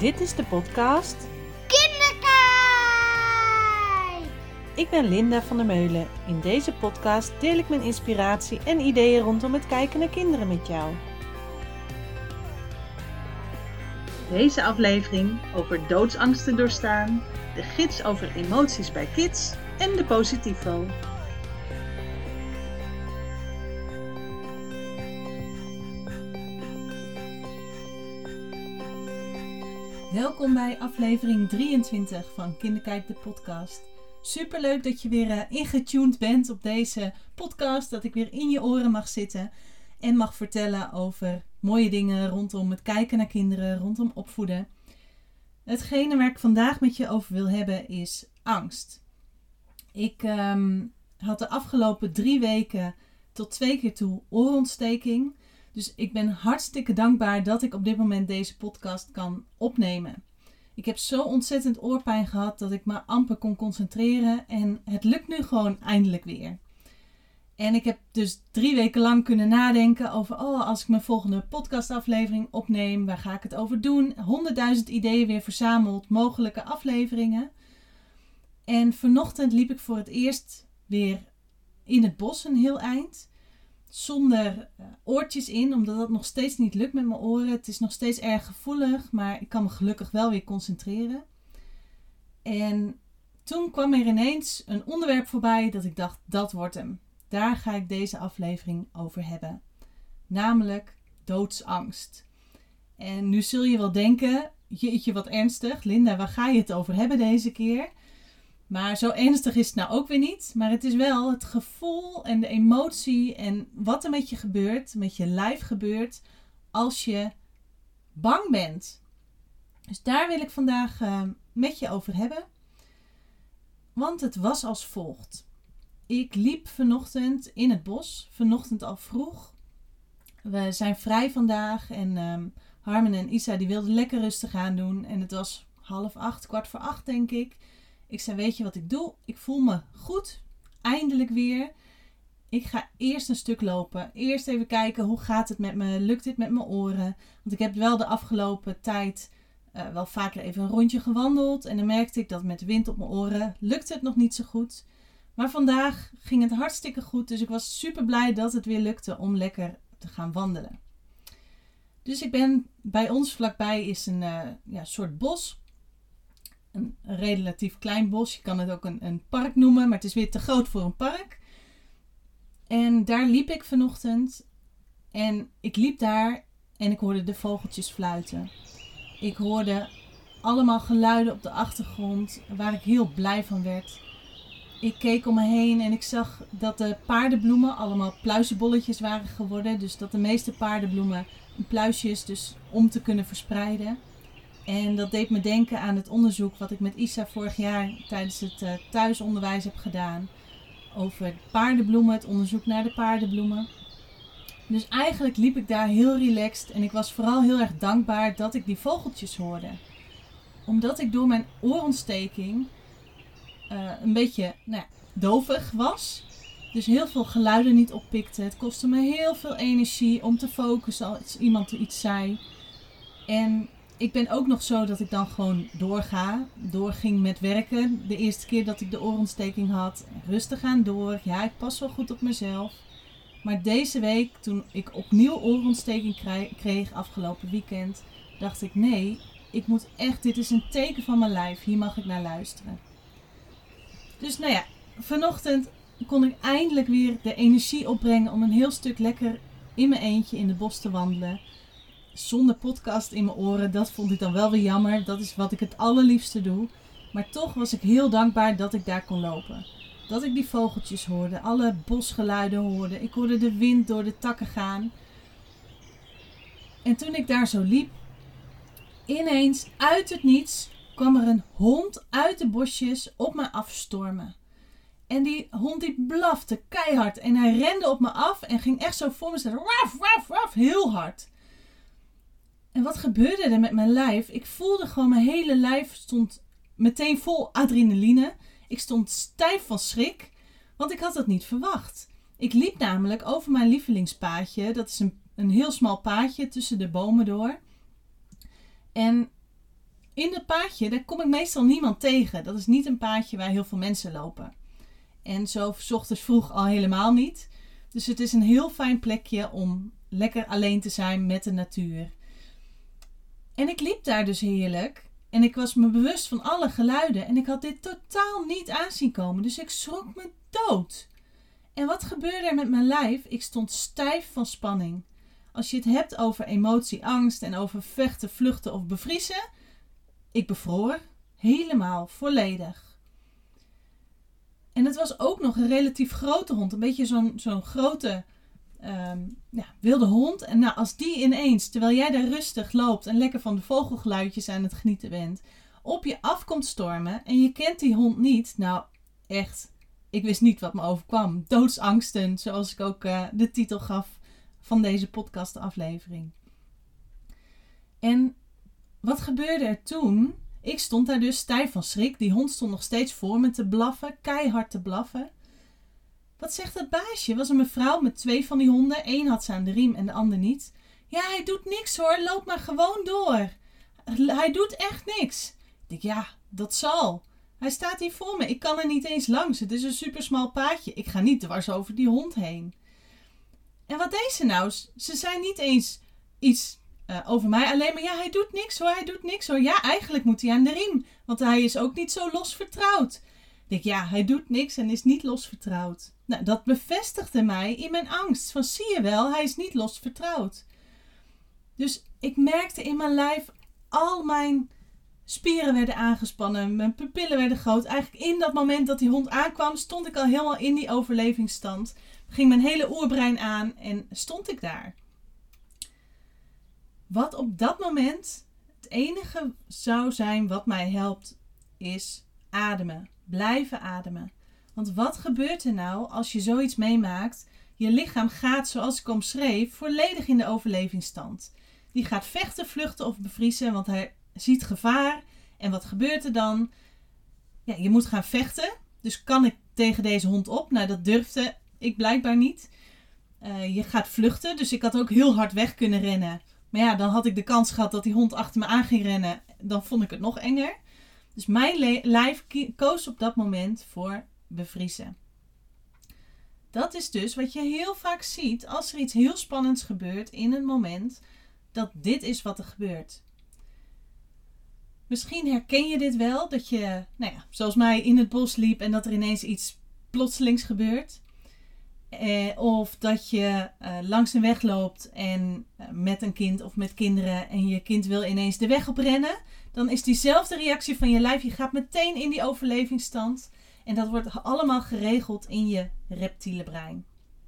Dit is de podcast Kinderkijk! Ik ben Linda van der Meulen. In deze podcast deel ik mijn inspiratie en ideeën rondom het kijken naar kinderen met jou. Deze aflevering over doodsangsten doorstaan, de gids over emoties bij kids en de Positivo. Welkom bij aflevering 23 van Kinderkijk de podcast. Superleuk dat je weer ingetuned bent op deze podcast, dat ik weer in je oren mag zitten en mag vertellen over mooie dingen rondom het kijken naar kinderen, rondom opvoeden. Hetgene waar ik vandaag met je over wil hebben is angst. Ik had de afgelopen 3 weken tot 2 keer toe oorontsteking. Dus ik ben hartstikke dankbaar dat ik op dit moment deze podcast kan opnemen. Ik heb zo ontzettend oorpijn gehad dat ik me amper kon concentreren. En het lukt nu gewoon eindelijk weer. En ik heb dus 3 weken lang kunnen nadenken over, als ik mijn volgende podcastaflevering opneem, waar ga ik het over doen? 100.000 ideeën weer verzameld, mogelijke afleveringen. En vanochtend liep ik voor het eerst weer in het bos een heel eind. Zonder oortjes in, omdat dat nog steeds niet lukt met mijn oren. Het is nog steeds erg gevoelig, maar ik kan me gelukkig wel weer concentreren. En toen kwam er ineens een onderwerp voorbij dat ik dacht, dat wordt hem. Daar ga ik deze aflevering over hebben. Namelijk doodsangst. En nu zul je wel denken, jeetje wat ernstig. Linda, waar ga je het over hebben deze keer? Maar zo ernstig is het nou ook weer niet. Maar het is wel het gevoel en de emotie en wat er met je gebeurt, met je lijf gebeurt, als je bang bent. Dus daar wil ik vandaag met je over hebben. Want het was als volgt. Ik liep vanochtend in het bos, vanochtend al vroeg. We zijn vrij vandaag en Harmen en Isa die wilden lekker rustig aan doen. En het was 7:30, 7:15 denk ik. Ik zei, weet je wat ik doe? Ik voel me goed. Eindelijk weer. Ik ga eerst een stuk lopen. Eerst even kijken, hoe gaat het met me? Lukt dit met mijn oren? Want ik heb wel de afgelopen tijd wel vaker even een rondje gewandeld. En dan merkte ik dat met de wind op mijn oren lukte het nog niet zo goed. Maar vandaag ging het hartstikke goed. Dus ik was super blij dat het weer lukte om lekker te gaan wandelen. Dus bij ons vlakbij is een soort bos. Een relatief klein bos. Je kan het ook een park noemen, maar het is weer te groot voor een park. En daar liep ik vanochtend. En ik liep daar en ik hoorde de vogeltjes fluiten. Ik hoorde allemaal geluiden op de achtergrond waar ik heel blij van werd. Ik keek om me heen en ik zag dat de paardenbloemen allemaal pluizenbolletjes waren geworden. Dus dat de meeste paardenbloemen een pluisje is, dus om te kunnen verspreiden. En dat deed me denken aan het onderzoek wat ik met Isa vorig jaar tijdens het thuisonderwijs heb gedaan. Over paardenbloemen, het onderzoek naar de paardenbloemen. Dus eigenlijk liep ik daar heel relaxed en ik was vooral heel erg dankbaar dat ik die vogeltjes hoorde. Omdat ik door mijn oorontsteking een beetje dovig was. Dus heel veel geluiden niet oppikte. Het kostte me heel veel energie om te focussen als iemand iets zei. En ik ben ook nog zo dat ik dan gewoon doorging met werken. De eerste keer dat ik de oorontsteking had. Rustig aan door. Ja, ik pas wel goed op mezelf. Maar deze week, toen ik opnieuw oorontsteking kreeg afgelopen weekend, dacht ik nee, ik moet echt, dit is een teken van mijn lijf. Hier mag ik naar luisteren. Dus vanochtend kon ik eindelijk weer de energie opbrengen om een heel stuk lekker in mijn eentje in het bos te wandelen. Zonder podcast in mijn oren, dat vond ik dan wel weer jammer. Dat is wat ik het allerliefste doe. Maar toch was ik heel dankbaar dat ik daar kon lopen. Dat ik die vogeltjes hoorde, alle bosgeluiden hoorde. Ik hoorde de wind door de takken gaan. En toen ik daar zo liep, ineens uit het niets kwam er een hond uit de bosjes op me afstormen. En die hond die blafte keihard en hij rende op me af en ging echt zo voor me staan. Waf, waf, waf, heel hard. En wat gebeurde er met mijn lijf? Ik voelde gewoon, mijn hele lijf stond meteen vol adrenaline. Ik stond stijf van schrik, want ik had het niet verwacht. Ik liep namelijk over mijn lievelingspaadje. Dat is een heel smal paadje tussen de bomen door. En in dat paadje, daar kom ik meestal niemand tegen. Dat is niet een paadje waar heel veel mensen lopen. En zo 's ochtends vroeg al helemaal niet. Dus het is een heel fijn plekje om lekker alleen te zijn met de natuur. En ik liep daar dus heerlijk. En ik was me bewust van alle geluiden. En ik had dit totaal niet aanzien komen. Dus ik schrok me dood. En wat gebeurde er met mijn lijf? Ik stond stijf van spanning. Als je het hebt over emotie, angst en over vechten, vluchten of bevriezen. Ik bevroor helemaal, volledig. En het was ook nog een relatief grote hond. Een beetje zo'n grote wilde hond. En nou, als die ineens, terwijl jij daar rustig loopt en lekker van de vogelgeluidjes aan het genieten bent, op je af komt stormen en je kent die hond niet. Nou, echt, ik wist niet wat me overkwam. Doodsangsten, zoals ik ook de titel gaf van deze podcastaflevering. En wat gebeurde er toen? Ik stond daar dus stijf van schrik. Die hond stond nog steeds voor me te blaffen, keihard te blaffen. Wat zegt dat baasje? Was een mevrouw met 2 van die honden. Eén had ze aan de riem en de ander niet. Ja, hij doet niks hoor. Loop maar gewoon door. Hij doet echt niks. Ik denk, ja, dat zal. Hij staat hier voor me. Ik kan er niet eens langs. Het is een supersmal paadje. Ik ga niet dwars over die hond heen. En wat deed ze nou? Ze zei niet eens iets over mij. Alleen maar, ja, hij doet niks hoor. Hij doet niks hoor. Ja, eigenlijk moet hij aan de riem. Want hij is ook niet zo los vertrouwd. Ik denk, ja, hij doet niks en is niet los vertrouwd. Nou, dat bevestigde mij in mijn angst. Van, zie je wel, hij is niet los vertrouwd. Dus ik merkte in mijn lijf, al mijn spieren werden aangespannen. Mijn pupillen werden groot. Eigenlijk in dat moment dat die hond aankwam, stond ik al helemaal in die overlevingsstand. Ging mijn hele oerbrein aan en stond ik daar. Wat op dat moment het enige zou zijn wat mij helpt, is ademen. Blijven ademen. Want wat gebeurt er nou als je zoiets meemaakt? Je lichaam gaat, zoals ik omschreef, volledig in de overlevingsstand. Die gaat vechten, vluchten of bevriezen, want hij ziet gevaar. En wat gebeurt er dan? Ja, je moet gaan vechten. Dus kan ik tegen deze hond op? Nou, dat durfde ik blijkbaar niet. Je gaat vluchten, dus ik had ook heel hard weg kunnen rennen. Maar ja, dan had ik de kans gehad dat die hond achter me aan ging rennen. Dan vond ik het nog enger. Dus mijn lijf koos op dat moment voor bevriezen. Dat is dus wat je heel vaak ziet als er iets heel spannends gebeurt in een moment, dat dit is wat er gebeurt. Misschien herken je dit wel, dat je, zoals mij in het bos liep en dat er ineens iets plotselings gebeurt. Of dat je langs een weg loopt en met een kind of met kinderen en je kind wil ineens de weg oprennen. Dan is diezelfde reactie van je lijf. Je gaat meteen in die overlevingsstand. En dat wordt allemaal geregeld in je reptiele brein.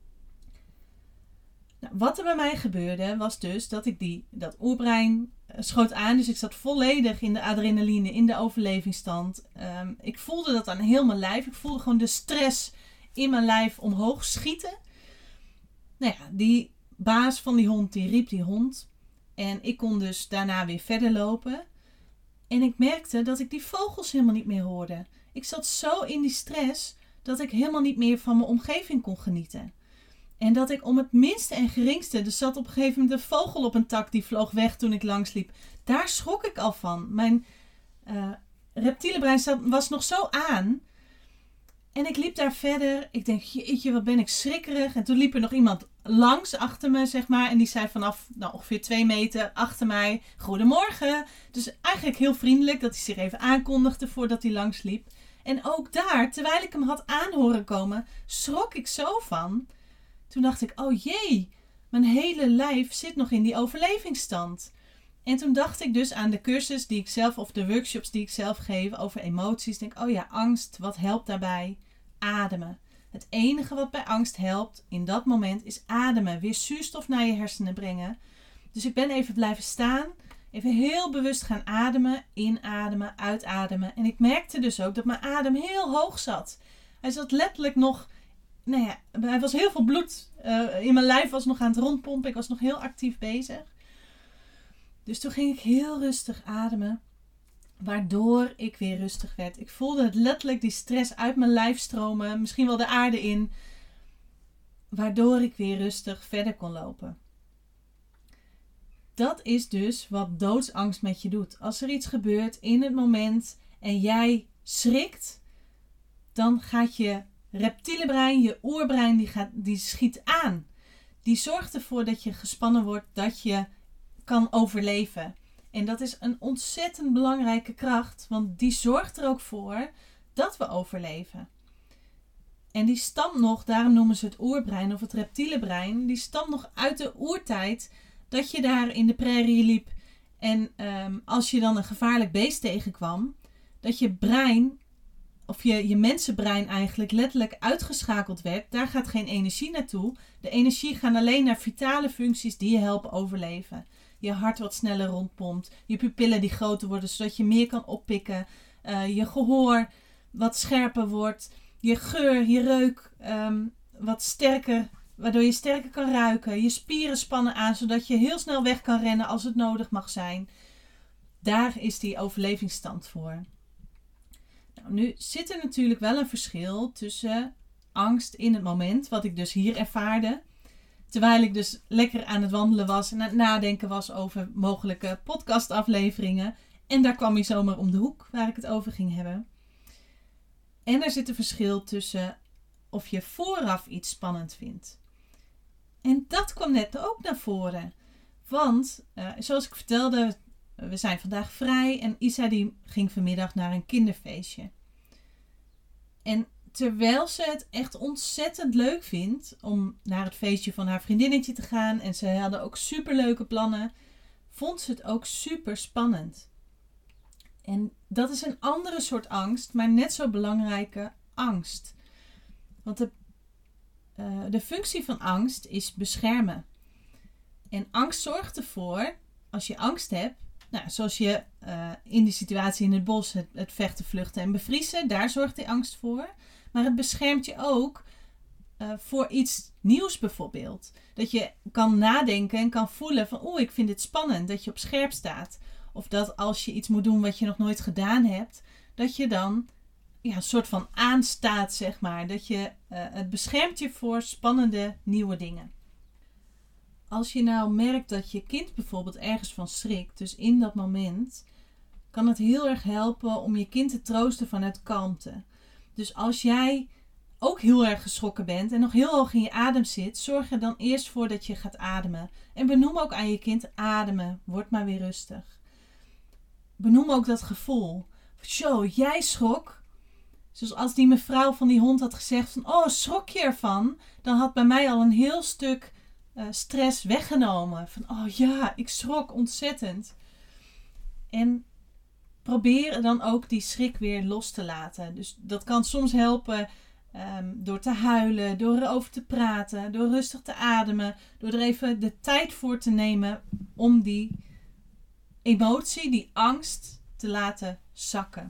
Nou, wat er bij mij gebeurde was dus dat ik dat oerbrein schoot aan. Dus ik zat volledig in de adrenaline, in de overlevingsstand. Ik voelde dat aan heel mijn lijf. Ik voelde gewoon de stress in mijn lijf omhoog schieten. Nou ja, die baas van die hond, die riep die hond. En ik kon dus daarna weer verder lopen. En ik merkte dat ik die vogels helemaal niet meer hoorde. Ik zat zo in die stress dat ik helemaal niet meer van mijn omgeving kon genieten. En dat ik om het minste en geringste, er zat op een gegeven moment een vogel op een tak die vloog weg toen ik langsliep. Daar schrok ik al van. Mijn reptiele brein was nog zo aan. En ik liep daar verder. Ik denk, jeetje, wat ben ik schrikkerig. En toen liep er nog iemand langs achter me, zeg maar. En die zei vanaf ongeveer 2 meter achter mij, goedemorgen. Dus eigenlijk heel vriendelijk dat hij zich even aankondigde voordat hij langs liep. En ook daar, terwijl ik hem had aanhoren komen, schrok ik zo van. Toen dacht ik, oh jee, mijn hele lijf zit nog in die overlevingsstand. En toen dacht ik dus aan de cursus die ik zelf, of de workshops die ik zelf geef over emoties. Denk, oh ja, angst, wat helpt daarbij? Ademen. Het enige wat bij angst helpt in dat moment is ademen. Weer zuurstof naar je hersenen brengen. Dus ik ben even blijven staan. Even heel bewust gaan ademen. Inademen, uitademen. En ik merkte dus ook dat mijn adem heel hoog zat. Hij zat letterlijk nog, hij was heel veel bloed. In mijn lijf was nog aan het rondpompen. Ik was nog heel actief bezig. Dus toen ging ik heel rustig ademen. Waardoor ik weer rustig werd. Ik voelde het letterlijk die stress uit mijn lijf stromen. Misschien wel de aarde in. Waardoor ik weer rustig verder kon lopen. dat is dus wat doodsangst met je doet. Als er iets gebeurt in het moment en jij schrikt, dan gaat je reptiele brein, je oerbrein, die schiet aan. Die zorgt ervoor dat je gespannen wordt, dat je kan overleven. En dat is een ontzettend belangrijke kracht, want die zorgt er ook voor dat we overleven. En die stamt nog, daarom noemen ze het oerbrein of het reptiele brein, die stamt nog uit de oertijd dat je daar in de prairie liep. En als je dan een gevaarlijk beest tegenkwam, dat je brein, of je mensenbrein eigenlijk letterlijk uitgeschakeld werd. Daar gaat geen energie naartoe. De energie gaat alleen naar vitale functies die je helpen overleven. Je hart wat sneller rondpompt. Je pupillen die groter worden zodat je meer kan oppikken. Je gehoor wat scherper wordt. Je geur, je reuk wat sterker, waardoor je sterker kan ruiken. Je spieren spannen aan zodat je heel snel weg kan rennen als het nodig mag zijn. Daar is die overlevingsstand voor. Nou, nu zit er natuurlijk wel een verschil tussen angst in het moment, wat ik dus hier ervaarde, terwijl ik dus lekker aan het wandelen was en aan het nadenken was over mogelijke podcastafleveringen. En daar kwam hij zomaar om de hoek waar ik het over ging hebben. En er zit een verschil tussen of je vooraf iets spannend vindt. En dat kwam net ook naar voren. Want, zoals ik vertelde, we zijn vandaag vrij en Isa die ging vanmiddag naar een kinderfeestje. En terwijl ze het echt ontzettend leuk vindt om naar het feestje van haar vriendinnetje te gaan en ze hadden ook superleuke plannen, vond ze het ook super spannend. En dat is een andere soort angst, maar net zo belangrijke angst. Want de functie van angst is beschermen. En angst zorgt ervoor, als je angst hebt, nou, zoals je in die situatie in het bos, het vechten, vluchten en bevriezen, daar zorgt die angst voor. Maar het beschermt je ook voor iets nieuws bijvoorbeeld. Dat je kan nadenken en kan voelen van ik vind dit spannend, dat je op scherp staat. Of dat als je iets moet doen wat je nog nooit gedaan hebt, dat je dan een soort van aanstaat, zeg maar. Dat je, het beschermt je voor spannende nieuwe dingen. Als je nou merkt dat je kind bijvoorbeeld ergens van schrikt, dus in dat moment, kan het heel erg helpen om je kind te troosten vanuit kalmte. Dus als jij ook heel erg geschrokken bent en nog heel hoog in je adem zit, zorg er dan eerst voor dat je gaat ademen. En benoem ook aan je kind ademen, word maar weer rustig. Benoem ook dat gevoel. Zo, jij schrok. Zoals als die mevrouw van die hond had gezegd van, schrok je ervan? Dan had bij mij al een heel stuk stress weggenomen. Van, ik schrok ontzettend. En probeer dan ook die schrik weer los te laten. Dus dat kan soms helpen door te huilen, door erover te praten, door rustig te ademen, door er even de tijd voor te nemen om die emotie, die angst te laten zakken.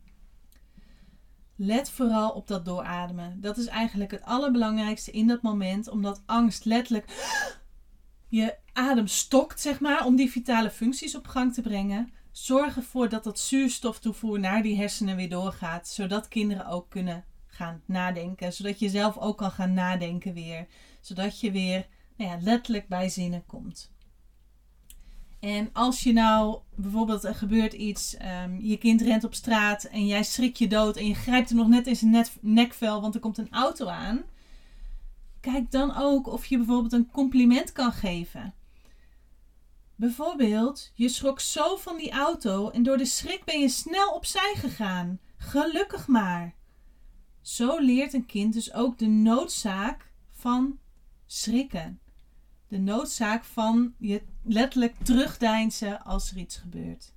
Let vooral op dat doorademen. Dat is eigenlijk het allerbelangrijkste in dat moment, omdat angst letterlijk je adem stokt, zeg maar, om die vitale functies op gang te brengen. Zorg ervoor dat dat zuurstoftoevoer naar die hersenen weer doorgaat, zodat kinderen ook kunnen gaan nadenken, zodat je zelf ook kan gaan nadenken weer, zodat je weer letterlijk bij zinnen komt. En als je nou bijvoorbeeld er gebeurt iets, je kind rent op straat en jij schrikt je dood en je grijpt hem nog net in zijn nekvel, want er komt een auto aan. Kijk dan ook of je bijvoorbeeld een compliment kan geven. Bijvoorbeeld, je schrok zo van die auto en door de schrik ben je snel opzij gegaan. Gelukkig maar. Zo leert een kind dus ook de noodzaak van schrikken. De noodzaak van je letterlijk terugdeinzen als er iets gebeurt.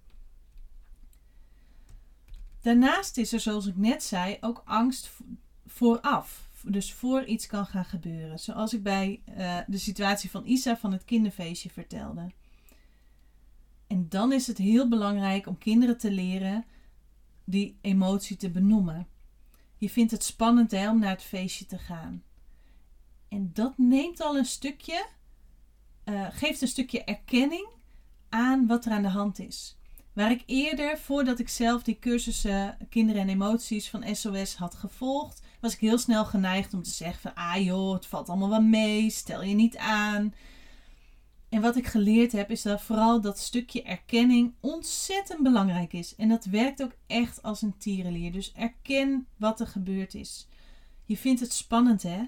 Daarnaast is er, zoals ik net zei, ook angst vooraf. Dus voor iets kan gaan gebeuren. Zoals ik bij de situatie van Isa van het kinderfeestje vertelde. En dan is het heel belangrijk om kinderen te leren die emotie te benoemen. Je vindt het spannend om naar het feestje te gaan. En dat neemt al een stukje, geeft een stukje erkenning aan wat er aan de hand is. Waar ik eerder, voordat ik zelf die cursussen Kinderen en Emoties van SOS had gevolgd, was ik heel snel geneigd om te zeggen van, het valt allemaal wel mee, stel je niet aan. En wat ik geleerd heb is dat vooral dat stukje erkenning ontzettend belangrijk is. En dat werkt ook echt als een tierenlier. Dus erken wat er gebeurd is. Je vindt het spannend, hè?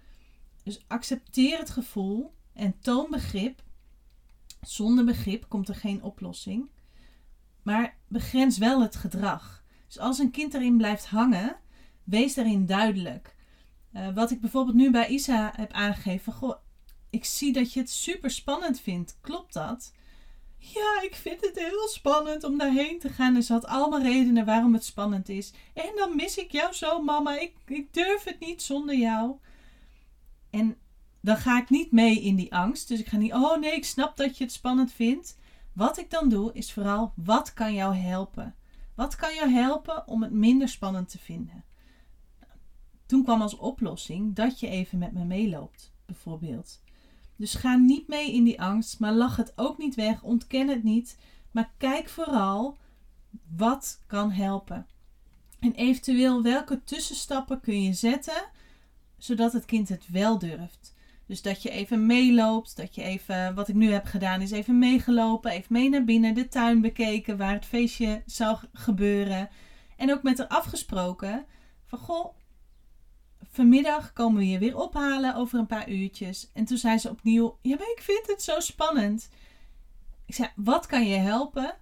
Dus accepteer het gevoel en toon begrip. Zonder begrip komt er geen oplossing. Maar begrens wel het gedrag. Dus als een kind erin blijft hangen, wees daarin duidelijk. Wat ik bijvoorbeeld nu bij Isa heb aangegeven. Goh, ik zie dat je het super spannend vindt. Klopt dat? Ja, ik vind het heel spannend om daarheen te gaan. En ze had allemaal redenen waarom het spannend is. En dan mis ik jou zo, mama. Ik durf het niet zonder jou. En dan ga ik niet mee in die angst. Dus ik ga niet, oh nee, ik snap dat je het spannend vindt. Wat ik dan doe, is vooral, wat kan jou helpen? Wat kan jou helpen om het minder spannend te vinden? Toen kwam als oplossing dat je even met me meeloopt, bijvoorbeeld. Dus ga niet mee in die angst, maar lach het ook niet weg, ontken het niet. Maar kijk vooral wat kan helpen. En eventueel welke tussenstappen kun je zetten, zodat het kind het wel durft. Dus dat je even meeloopt, dat je even, wat ik nu heb gedaan, is even meegelopen, even mee naar binnen, de tuin bekeken waar het feestje zou gebeuren. En ook met haar afgesproken van, goh, vanmiddag komen we je weer ophalen over een paar uurtjes. En toen zei ze opnieuw, ja, maar ik vind het zo spannend. Ik zei, wat kan je helpen?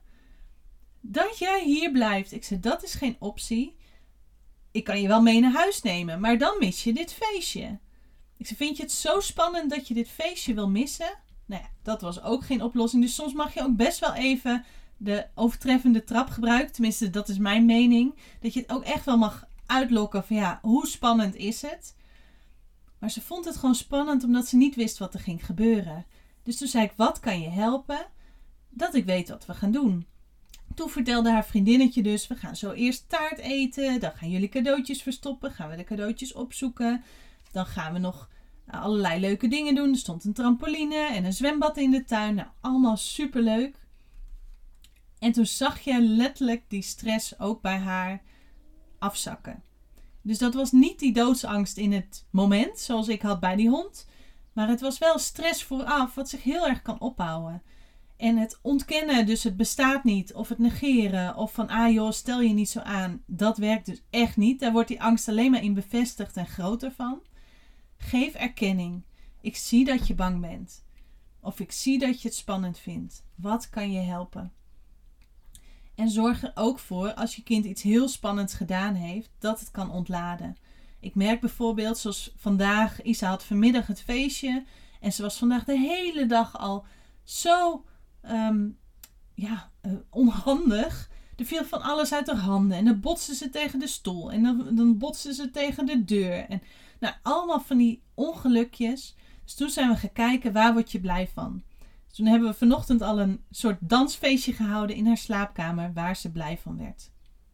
Dat jij hier blijft. Ik zei, dat is geen optie. Ik kan je wel mee naar huis nemen, maar dan mis je dit feestje. Ik zei, vind je het zo spannend dat je dit feestje wil missen? Nou ja, dat was ook geen oplossing. Dus soms mag je ook best wel even de overtreffende trap gebruiken. Tenminste, dat is mijn mening. Dat je het ook echt wel mag uitlokken van ja, hoe spannend is het? Maar ze vond het gewoon spannend omdat ze niet wist wat er ging gebeuren. Dus toen zei ik, wat kan je helpen? Dat ik weet wat we gaan doen. Toen vertelde haar vriendinnetje dus, we gaan zo eerst taart eten. Dan gaan jullie cadeautjes verstoppen. Gaan we de cadeautjes opzoeken. Dan gaan we nog allerlei leuke dingen doen. Er stond een trampoline en een zwembad in de tuin. Nou, allemaal superleuk. En toen zag je letterlijk die stress ook bij haar afzakken. Dus dat was niet die doodsangst in het moment, zoals ik had bij die hond. Maar het was wel stress vooraf, wat zich heel erg kan opbouwen. En het ontkennen, dus het bestaat niet, of het negeren, of van, joh, stel je niet zo aan. Dat werkt dus echt niet. Daar wordt die angst alleen maar in bevestigd en groter van. Geef erkenning. Ik zie dat je bang bent. Of ik zie dat je het spannend vindt. Wat kan je helpen? En zorg er ook voor, als je kind iets heel spannends gedaan heeft, dat het kan ontladen. Ik merk bijvoorbeeld, zoals vandaag, Isa had vanmiddag het feestje. En ze was vandaag de hele dag al zo onhandig. Er viel van alles uit haar handen. En dan botste ze tegen de stoel. En dan botste ze tegen de deur. En nou, allemaal van die ongelukjes. Dus toen zijn we gaan kijken, waar word je blij van? Dus toen hebben we vanochtend al een soort dansfeestje gehouden in haar slaapkamer, waar ze blij van werd.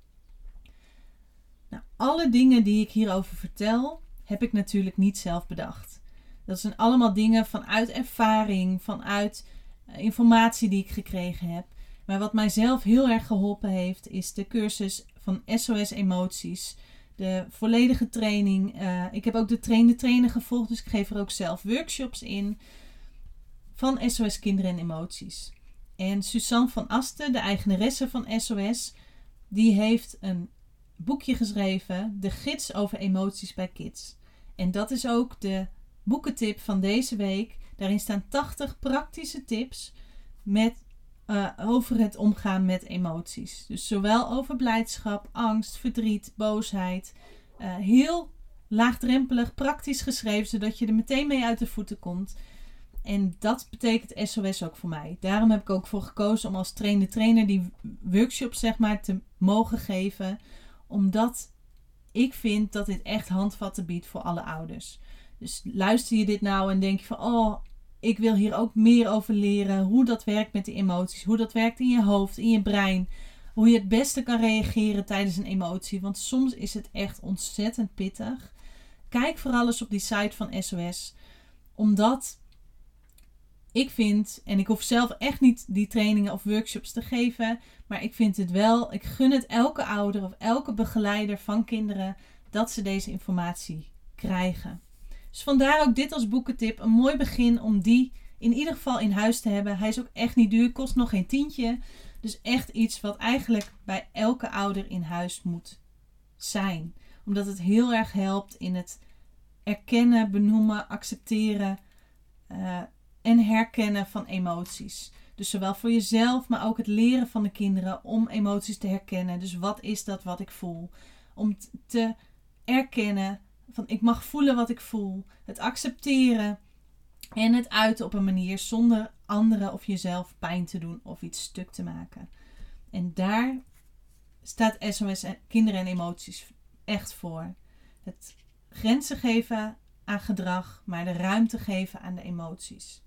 Nou, alle dingen die ik hierover vertel, heb ik natuurlijk niet zelf bedacht. Dat zijn allemaal dingen vanuit ervaring, vanuit informatie die ik gekregen heb. Maar wat mij zelf heel erg geholpen heeft, is de cursus van SOS Emoties. De volledige training. Ik heb ook de trainer gevolgd, dus ik geef er ook zelf workshops in. Van SOS Kinderen en Emoties. En Suzanne van Asten, de eigenaresse van SOS, die heeft een boekje geschreven, De Gids over Emoties bij Kids. En dat is ook de boekentip van deze week. Daarin staan 80 praktische tips over het omgaan met emoties. Dus zowel over blijdschap, angst, verdriet, boosheid. Heel laagdrempelig, praktisch geschreven, zodat je er meteen mee uit de voeten komt. En dat betekent SOS ook voor mij. Daarom heb ik ook voor gekozen om als trainer die workshops te mogen geven. Omdat ik vind dat dit echt handvatten biedt voor alle ouders. Dus luister je dit nou en denk je van, ik wil hier ook meer over leren. Hoe dat werkt met die emoties. Hoe dat werkt in je hoofd, in je brein. Hoe je het beste kan reageren tijdens een emotie. Want soms is het echt ontzettend pittig. Kijk vooral eens op die site van SOS. Omdat ik vind, en ik hoef zelf echt niet die trainingen of workshops te geven, maar ik vind het wel, ik gun het elke ouder of elke begeleider van kinderen dat ze deze informatie krijgen. Dus vandaar ook dit als boekentip, een mooi begin om die in ieder geval in huis te hebben. Hij is ook echt niet duur, kost nog geen tientje. Dus echt iets wat eigenlijk bij elke ouder in huis moet zijn. Omdat het heel erg helpt in het erkennen, benoemen, accepteren en herkennen van emoties. Dus zowel voor jezelf, maar ook het leren van de kinderen om emoties te herkennen. Dus wat is dat wat ik voel? Om te erkennen van ik mag voelen wat ik voel. Het accepteren en het uiten op een manier zonder anderen of jezelf pijn te doen of iets stuk te maken. En daar staat SOS Kinderen en Emoties echt voor. Het grenzen geven aan gedrag, maar de ruimte geven aan de emoties.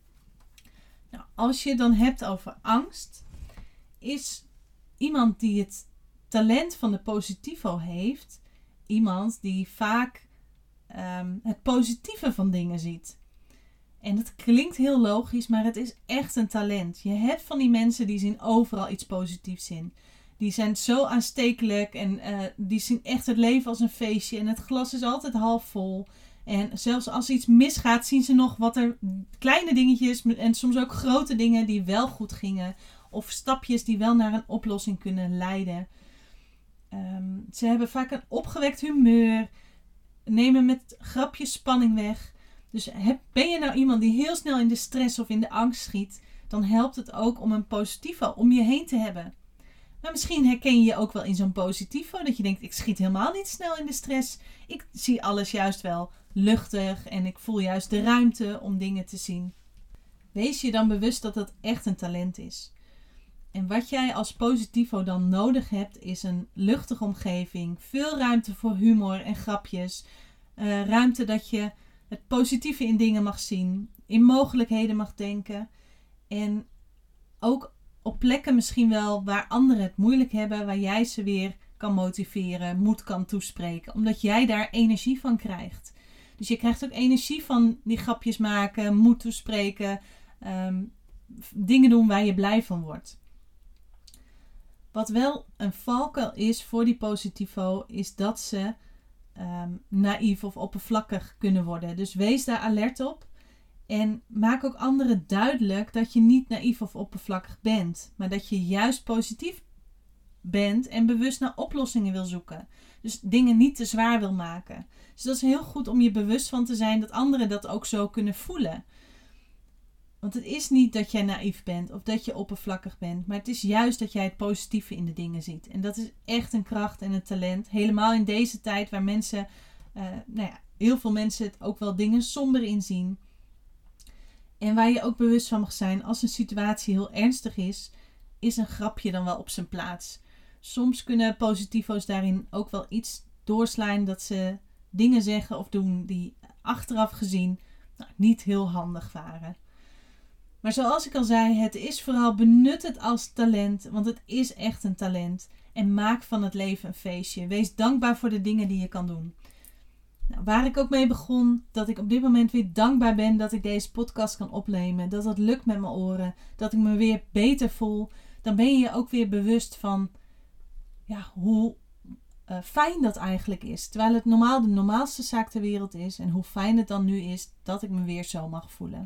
Nou, als je het dan hebt over angst, is iemand die het talent van de positivo heeft, iemand die vaak het positieve van dingen ziet. En dat klinkt heel logisch, maar het is echt een talent. Je hebt van die mensen die zien overal iets positiefs in. Die zijn zo aanstekelijk en die zien echt het leven als een feestje. En het glas is altijd half vol. En zelfs als iets misgaat, zien ze nog wat er kleine dingetjes en soms ook grote dingen die wel goed gingen. Of stapjes die wel naar een oplossing kunnen leiden. Ze hebben vaak een opgewekt humeur. Nemen met grapjes spanning weg. Dus ben je nou iemand die heel snel in de stress of in de angst schiet, dan helpt het ook om een positivo om je heen te hebben. Maar misschien herken je je ook wel in zo'n positivo, dat je denkt, ik schiet helemaal niet snel in de stress. Ik zie alles juist wel luchtig en ik voel juist de ruimte om dingen te zien. Wees je dan bewust dat dat echt een talent is. En wat jij als positivo dan nodig hebt, is een luchtige omgeving, veel ruimte voor humor en grapjes, ruimte dat je het positieve in dingen mag zien, in mogelijkheden mag denken en ook op plekken misschien wel waar anderen het moeilijk hebben, waar jij ze weer kan motiveren, moed kan toespreken, omdat jij daar energie van krijgt. Dus je krijgt ook energie van die grapjes maken, moed toespreken, dingen doen waar je blij van wordt. Wat wel een valkuil is voor die positivo, is dat ze naïef of oppervlakkig kunnen worden. Dus wees daar alert op. En maak ook anderen duidelijk dat je niet naïef of oppervlakkig bent. Maar dat je juist positief bent en bewust naar oplossingen wil zoeken. Dus dingen niet te zwaar wil maken. Dus dat is heel goed om je bewust van te zijn dat anderen dat ook zo kunnen voelen. Want het is niet dat jij naïef bent of dat je oppervlakkig bent. Maar het is juist dat jij het positieve in de dingen ziet. En dat is echt een kracht en een talent. Helemaal in deze tijd waar mensen, heel veel mensen het ook wel dingen somber inzien. En waar je ook bewust van mag zijn, als een situatie heel ernstig is een grapje dan wel op zijn plaats. Soms kunnen positivo's daarin ook wel iets doorslaan dat ze dingen zeggen of doen die achteraf gezien niet heel handig waren. Maar zoals ik al zei, het is vooral benut het als talent, want het is echt een talent. En maak van het leven een feestje. Wees dankbaar voor de dingen die je kan doen. Nou, waar ik ook mee begon, dat ik op dit moment weer dankbaar ben dat ik deze podcast kan opnemen. Dat het lukt met mijn oren, dat ik me weer beter voel. Dan ben je je ook weer bewust van hoe fijn dat eigenlijk is. Terwijl het normaal de normaalste zaak ter wereld is. En hoe fijn het dan nu is dat ik me weer zo mag voelen.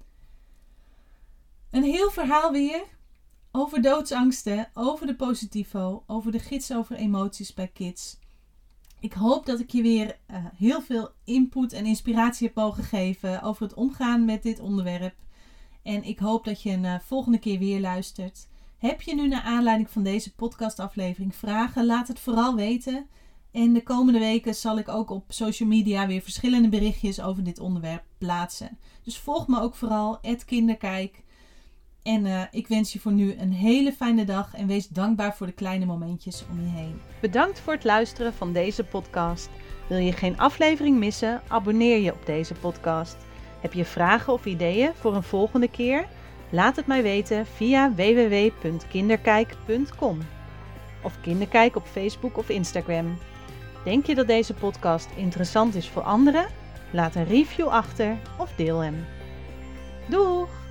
Een heel verhaal weer over doodsangsten, over de positivo, over de gids over emoties bij kids. Ik hoop dat ik je weer heel veel input en inspiratie heb mogen geven over het omgaan met dit onderwerp. En ik hoop dat je een volgende keer weer luistert. Heb je nu naar aanleiding van deze podcastaflevering vragen? Laat het vooral weten. En de komende weken zal ik ook op social media weer verschillende berichtjes over dit onderwerp plaatsen. Dus volg me ook vooral, @kinderkijk. En ik wens je voor nu een hele fijne dag en wees dankbaar voor de kleine momentjes om je heen. Bedankt voor het luisteren van deze podcast. Wil je geen aflevering missen? Abonneer je op deze podcast. Heb je vragen of ideeën voor een volgende keer? Laat het mij weten via www.kinderkijk.com of Kinderkijk op Facebook of Instagram. Denk je dat deze podcast interessant is voor anderen? Laat een review achter of deel hem. Doeg!